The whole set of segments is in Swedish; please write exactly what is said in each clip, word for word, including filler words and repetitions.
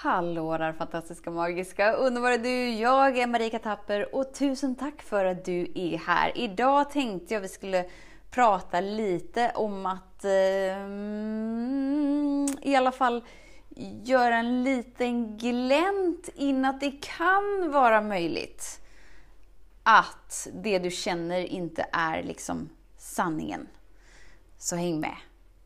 Hallå där fantastiska, magiska, underbara du. Jag är Marika Tapper och tusen tack för att du är här. Idag tänkte jag vi skulle prata lite om att eh, i alla fall göra en liten glänt in att det kan vara möjligt att det du känner inte är liksom sanningen. Så häng med.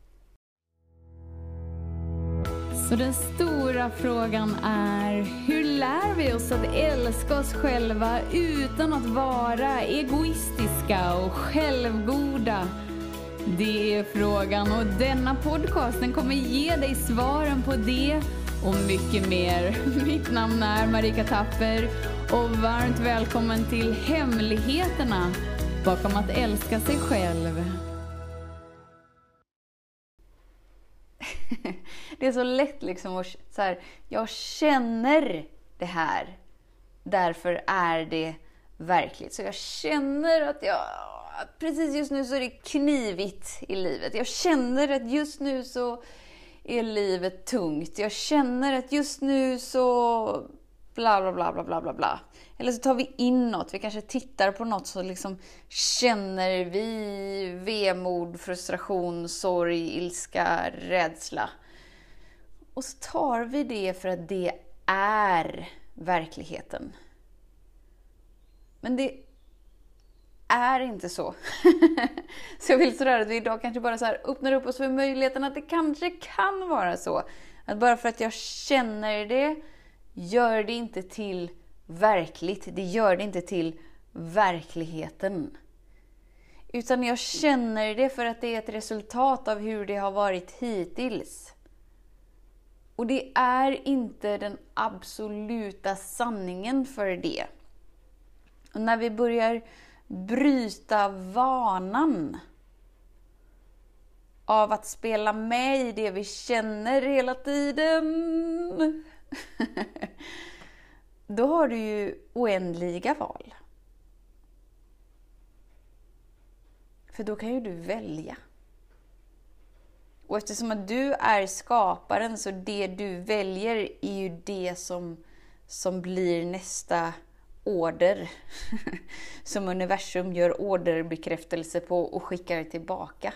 Så den stora frågan är, hur lär vi oss att älska oss själva utan att vara egoistiska och självgoda? Det är frågan, och denna podcast den kommer ge dig svaren på det och mycket mer. Mitt namn är Marika Tapper och varmt välkommen till hemligheterna bakom att älska sig själv. Det är så lätt liksom att så här, jag känner det här, därför är det verkligt. Så jag känner att jag, att precis just nu så är det knivigt i livet. Jag känner att just nu så är livet tungt. Jag känner att just nu så bla bla bla bla bla bla bla. Eller så tar vi in något, vi kanske tittar på något så liksom känner vi vemod, frustration, sorg, ilska, rädsla. Och så tar vi det för att det är verkligheten. Men det är inte så. Så jag vill sådär att vi idag kanske bara så här öppnar upp oss för möjligheten att det kanske kan vara så. Att bara för att jag känner det, gör det inte till verkligt. Det gör det inte till verkligheten. Utan jag känner det för att det är ett resultat av hur det har varit hittills. Och det är inte den absoluta sanningen för det. Och när vi börjar bryta vanan av att spela med i det vi känner hela tiden, då har du ju oändliga val. För då kan ju du välja. Och eftersom att du är skaparen, så det du väljer är ju det som, som blir nästa order. Som universum gör orderbekräftelse på och skickar tillbaka.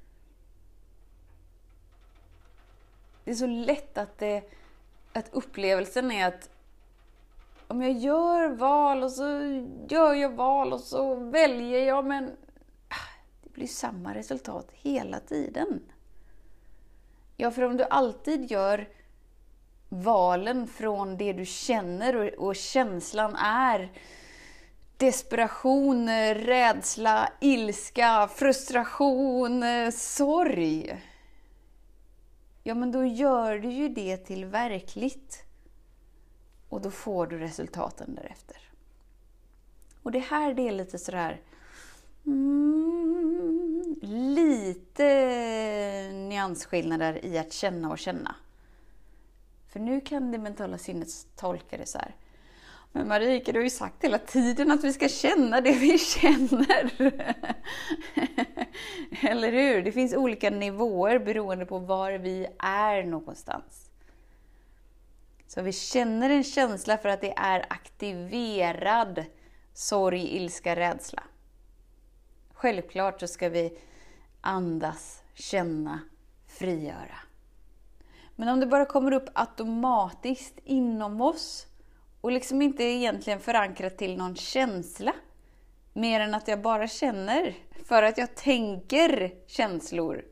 Det är så lätt att, det, att upplevelsen är att om jag gör val och så gör jag val och så väljer jag, men det blir samma resultat hela tiden. Ja, för om du alltid gör valen från det du känner och, och känslan är desperation, rädsla, ilska, frustration, sorg. Ja, men då gör du ju det till verkligt. Och då får du resultaten därefter. Och det här det är lite sådär mm, lite nyansskillnader i att känna och känna. För nu kan det mentala sinnet tolka det så här. Men Marika, du har ju sagt hela tiden att vi ska känna det vi känner. Eller hur? Det finns olika nivåer beroende på var vi är någonstans. Så vi känner en känsla för att det är aktiverad sorg, ilska, rädsla. Självklart så ska vi andas, känna, frigöra. Men om det bara kommer upp automatiskt inom oss och liksom inte egentligen förankrat till någon känsla, mer än att jag bara känner för att jag tänker känslor,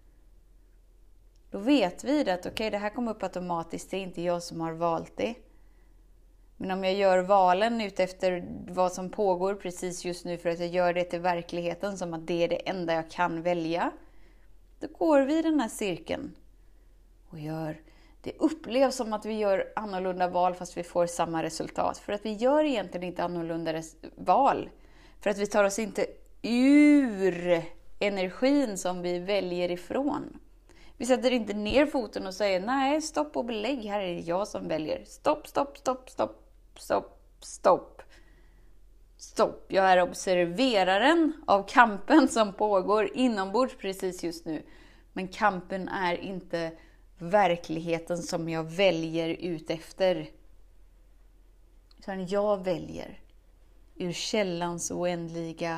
då vet vi att okej, okay, det här kommer upp automatiskt, det är inte jag som har valt det. Men om jag gör valen ut efter vad som pågår precis just nu för att jag gör det till verkligheten som att det är det enda jag kan välja, då går vi i den här cirkeln och gör, det upplevs som att vi gör annorlunda val fast vi får samma resultat. För att vi gör egentligen inte annorlunda val. För att vi tar oss inte ur energin som vi väljer ifrån. Vi sätter inte ner foten och säger nej, stopp och belägg, här är det jag som väljer. Stopp, stopp, stopp, stopp, stopp, stopp. Stopp, jag är observeraren av kampen som pågår inombords precis just nu. Men kampen är inte verkligheten som jag väljer ut efter. Utan jag väljer ur källans oändliga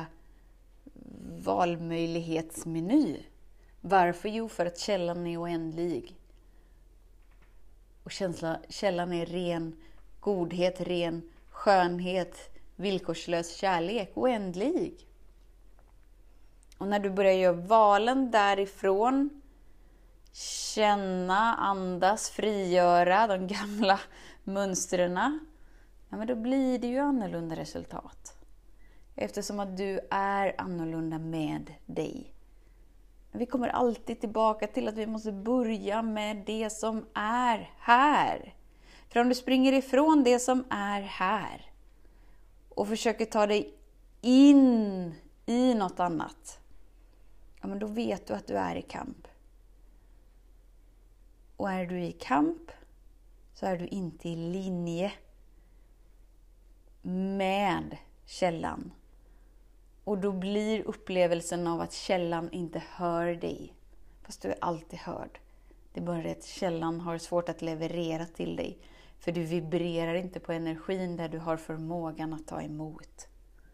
valmöjlighetsmeny. Varför? Jo, för att källan är oändlig. Och känsla, källan är ren godhet, ren skönhet, villkorslös kärlek, oändlig. Och när du börjar göra valen därifrån, känna, andas, frigöra de gamla mönstren, ja, men då blir det ju annorlunda resultat. Eftersom att du är annorlunda med dig. Vi kommer alltid tillbaka till att vi måste börja med det som är här. För om du springer ifrån det som är här och försöker ta dig in i något annat, ja, men då vet du att du är i kamp. Och är du i kamp så är du inte i linje med källan. Och då blir upplevelsen av att källan inte hör dig. Fast du är alltid hörd. Det är bara det att källan har svårt att leverera till dig. För du vibrerar inte på energin där du har förmågan att ta emot.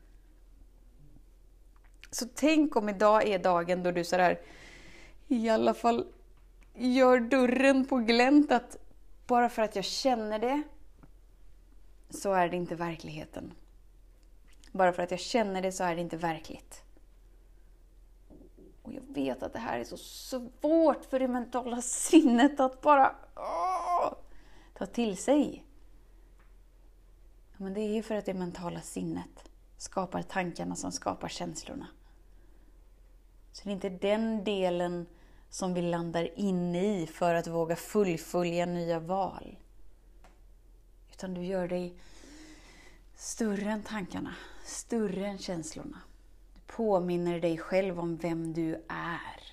Så tänk om idag är dagen då du så här, i alla fall gör dörren på glänt, att bara för att jag känner det så är det inte verkligheten. Bara för att jag känner det så är det inte verkligt. Och jag vet att det här är så svårt för det mentala sinnet att bara åh, ta till sig. Men det är ju för att det mentala sinnet skapar tankarna som skapar känslorna. Så det är inte den delen som vi landar in i för att våga fullfölja nya val. Utan du gör dig större än tankarna, större än känslorna. Du påminner dig själv om vem du är.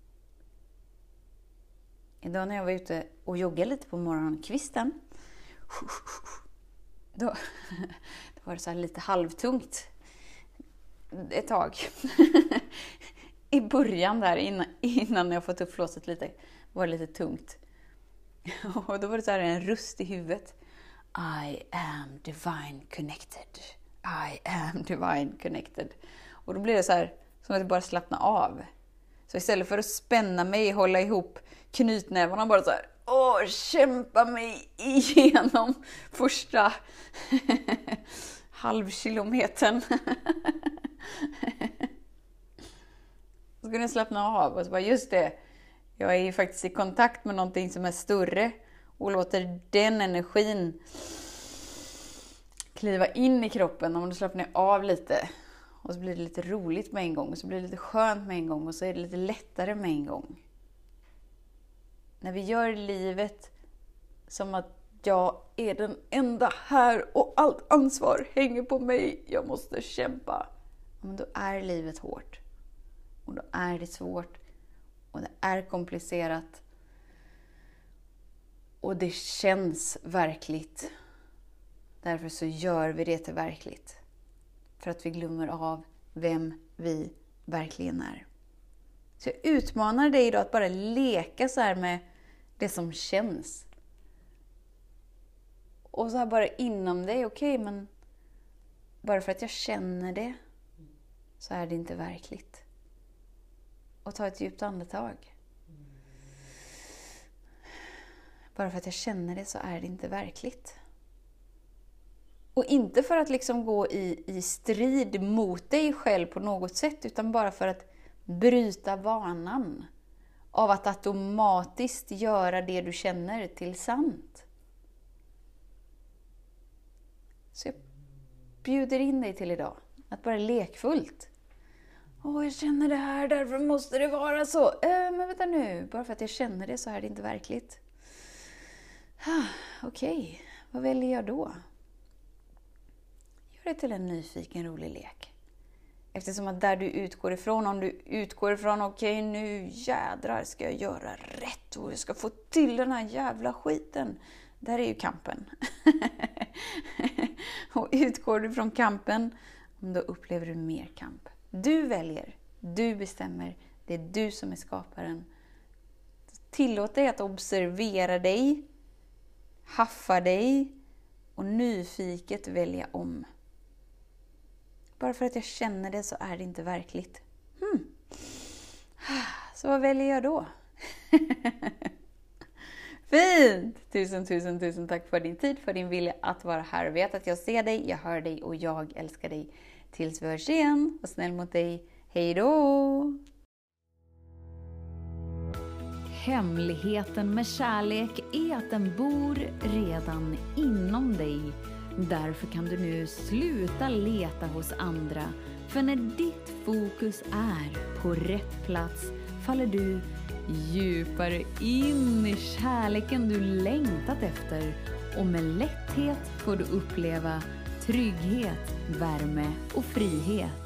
Idag när jag var ute och joggade lite på morgonkvisten, då, då var det så här lite halvtungt ett tag. I början där, innan, innan jag fått upp flåset lite, var det lite tungt. Och då var det så här en röst i huvudet. I am divine connected. I am divine connected. Och då blir det så här som att jag bara slappnar av. Så istället för att spänna mig, hålla ihop knytnävarna, bara så här, åh, kämpa mig igenom första halvkilometern. Så ska ni slappna av och så bara, just det, jag är ju faktiskt i kontakt med någonting som är större och låter den energin kliva in i kroppen. Om du slappnar av lite och så blir det lite roligt med en gång och så blir det lite skönt med en gång och så är det lite lättare med en gång. När vi gör livet som att jag är den enda här och allt ansvar hänger på mig, jag måste kämpa. Men då är livet hårt. Och då är det svårt. Och det är komplicerat. Och det känns verkligt. Därför så gör vi det till verkligt. För att vi glömmer av vem vi verkligen är. Så jag utmanar dig idag att bara leka så här med det som känns. Och så här bara inom dig, okej, okay, men bara för att jag känner det så är det inte verkligt. Och ta ett djupt andetag. Bara för att jag känner det så är det inte verkligt. Och inte för att liksom gå i, i strid mot dig själv på något sätt, utan bara för att bryta vanan av att automatiskt göra det du känner till sant. Så jag bjuder in dig till idag att bara lekfullt. Åh, jag känner det här, därför måste det vara så. Äh, men vänta nu, bara för att jag känner det så är det inte verkligt. Ah, Okej, okay. Vad väljer jag då? Gör det till en nyfiken, rolig lek. Eftersom att där du utgår ifrån, om du utgår ifrån, okej, okay, nu jädrar ska jag göra rätt och jag ska få till den här jävla skiten. Där är ju kampen. Och utgår du från kampen, då upplever du mer kamp. Du väljer, du bestämmer, det är du som är skaparen. Tillåt dig att observera dig, haffa dig och nyfiket välja om. Bara för att jag känner det så är det inte verkligt. Hmm. Så vad väljer jag då? Fint! Tusen, tusen, tusen tack för din tid, för din vilja att vara här. Vet att jag ser dig, jag hör dig och jag älskar dig. Tills vi hörs igen. Var snäll mot dig. Hej då! Hemligheten med kärlek är att den bor redan inom dig. Därför kan du nu sluta leta hos andra. För när ditt fokus är på rätt plats faller du djupare in i kärleken du längtat efter. Och med lätthet får du uppleva trygghet, värme och frihet.